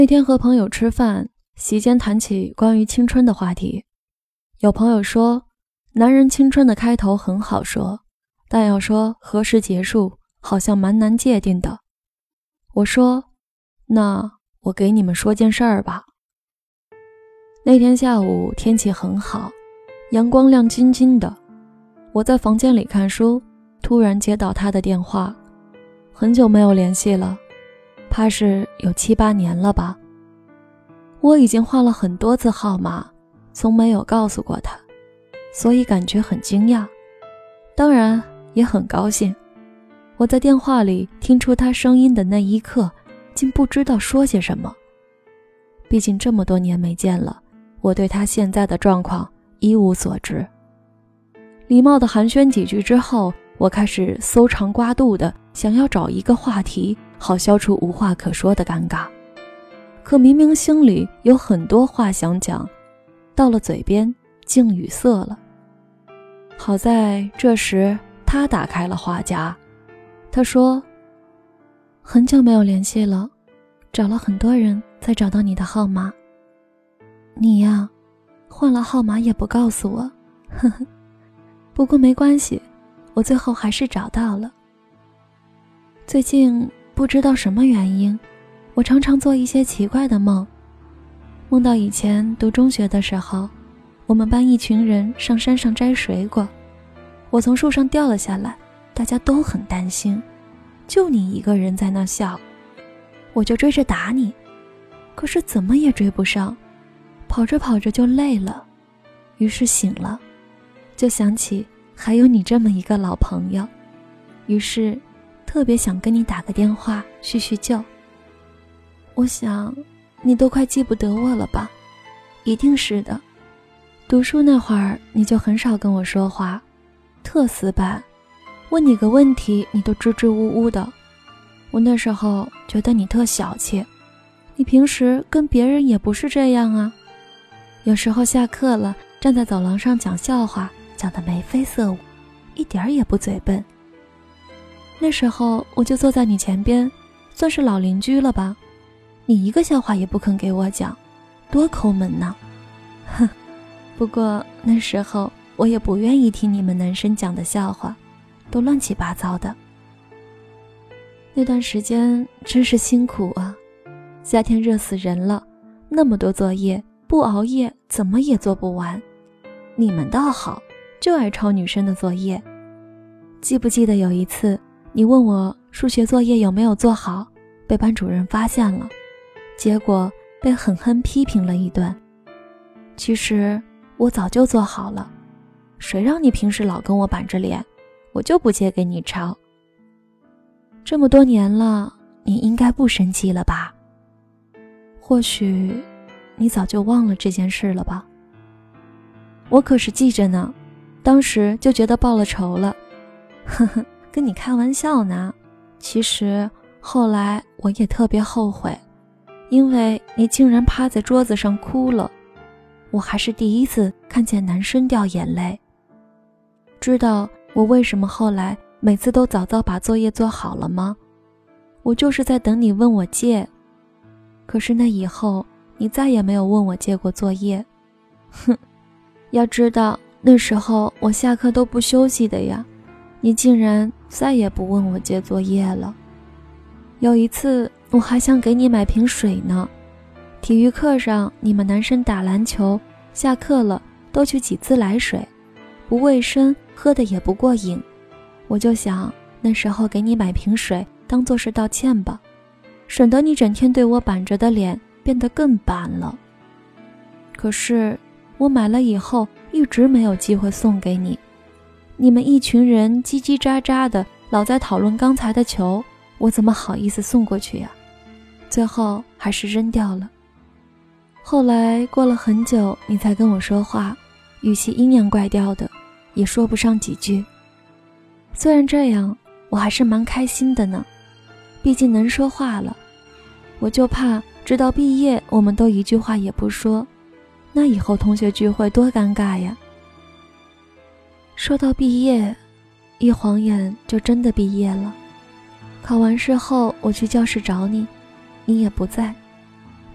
那天和朋友吃饭，席间谈起关于青春的话题。有朋友说，男人青春的开头很好说，但要说何时结束，好像蛮难界定的。我说，那我给你们说件事儿吧。那天下午天气很好，阳光亮晶晶的，我在房间里看书，突然接到他的电话，很久没有联系了，怕是有7、8年了吧。我已经换了很多次号码，从没有告诉过他，所以感觉很惊讶，当然也很高兴。我在电话里听出他声音的那一刻，竟不知道说些什么。毕竟这么多年没见了，我对他现在的状况一无所知。礼貌地寒暄几句之后，我开始搜肠刮肚的想要找一个话题，好消除无话可说的尴尬。可明明心里有很多话想讲，到了嘴边竟语塞了。好在这时他打开了话匣，他说，很久没有联系了，找了很多人才找到你的号码。你呀，换了号码也不告诉我，呵呵。不过没关系，我最后还是找到了。最近不知道什么原因，我常常做一些奇怪的梦，梦到以前读中学的时候，我们班一群人上山上摘水果，我从树上掉了下来，大家都很担心，就你一个人在那笑，我就追着打你，可是怎么也追不上，跑着跑着就累了，于是醒了，就想起还有你这么一个老朋友，于是特别想跟你打个电话叙叙旧。我想你都快记不得我了吧？一定是的。读书那会儿你就很少跟我说话，特死板，问你个问题你都支支吾吾的。我那时候觉得你特小气，你平时跟别人也不是这样啊。有时候下课了，站在走廊上讲笑话，讲得眉飞色舞，一点也不嘴笨。那时候我就坐在你前边，算是老邻居了吧，你一个笑话也不肯给我讲，多抠门呢。哼，不过那时候我也不愿意听你们男生讲的笑话，都乱七八糟的。那段时间真是辛苦啊，夏天热死人了，那么多作业，不熬夜怎么也做不完。你们倒好，就爱抄女生的作业。记不记得有一次你问我数学作业有没有做好，被班主任发现了，结果被狠狠批评了一顿。其实我早就做好了，谁让你平时老跟我板着脸，我就不借给你抄。这么多年了，你应该不生气了吧？或许你早就忘了这件事了吧？我可是记着呢，当时就觉得报了仇了。呵呵，跟你开玩笑呢。其实后来我也特别后悔，因为你竟然趴在桌子上哭了。我还是第一次看见男生掉眼泪。知道我为什么后来每次都早早把作业做好了吗？我就是在等你问我借。可是那以后你再也没有问我借过作业。哼，要知道那时候我下课都不休息的呀，你竟然再也不问我借作业了。有一次我还想给你买瓶水呢，体育课上你们男生打篮球，下课了都去挤自来水，不卫生，喝的也不过瘾。我就想那时候给你买瓶水当作是道歉吧，省得你整天对我板着的脸变得更板了。可是我买了以后一直没有机会送给你，你们一群人叽叽喳喳的老在讨论刚才的球，我怎么好意思送过去呀？最后还是扔掉了。后来过了很久你才跟我说话，语气阴阳怪调的，也说不上几句。虽然这样，我还是蛮开心的呢，毕竟能说话了。我就怕直到毕业我们都一句话也不说，那以后同学聚会多尴尬呀。说到毕业，一晃眼就真的毕业了。考完试后我去教室找你，你也不在。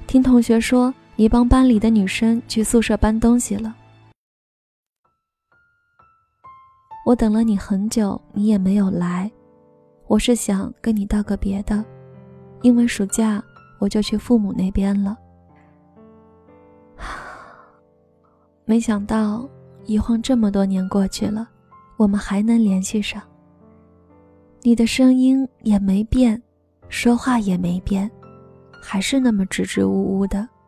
听同学说你帮班里的女生去宿舍搬东西了。我等了你很久，你也没有来。我是想跟你道个别的，因为暑假我就去父母那边了。没想到一晃这么多年过去了，我们还能联系上。你的声音也没变，说话也没变，还是那么支支吾吾的。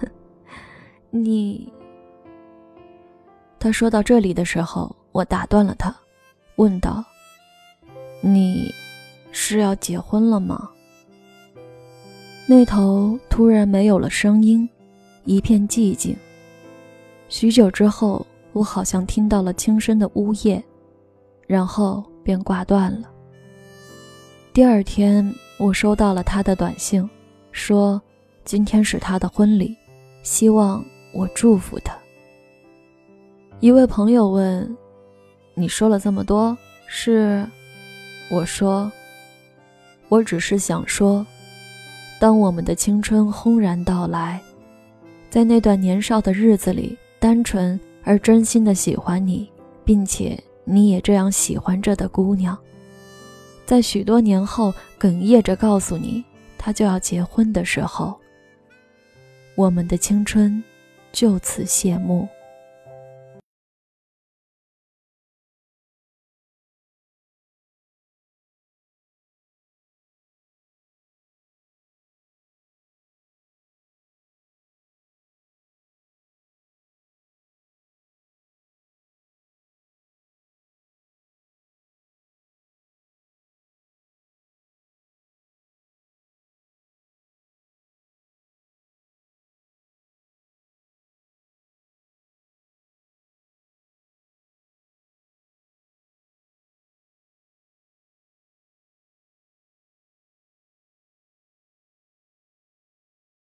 你……他说到这里的时候，我打断了他，问道：你是要结婚了吗？那头突然没有了声音，一片寂静。许久之后，我好像听到了轻声的呜咽，然后便挂断了。第二天，我收到了他的短信，说今天是他的婚礼，希望我祝福他。一位朋友问：你说了这么多，是？我说：我只是想说，当我们的青春轰然到来，在那段年少的日子里，单纯而真心地喜欢你，并且你也这样喜欢着的姑娘，在许多年后哽咽着告诉你她就要结婚的时候，我们的青春就此谢幕。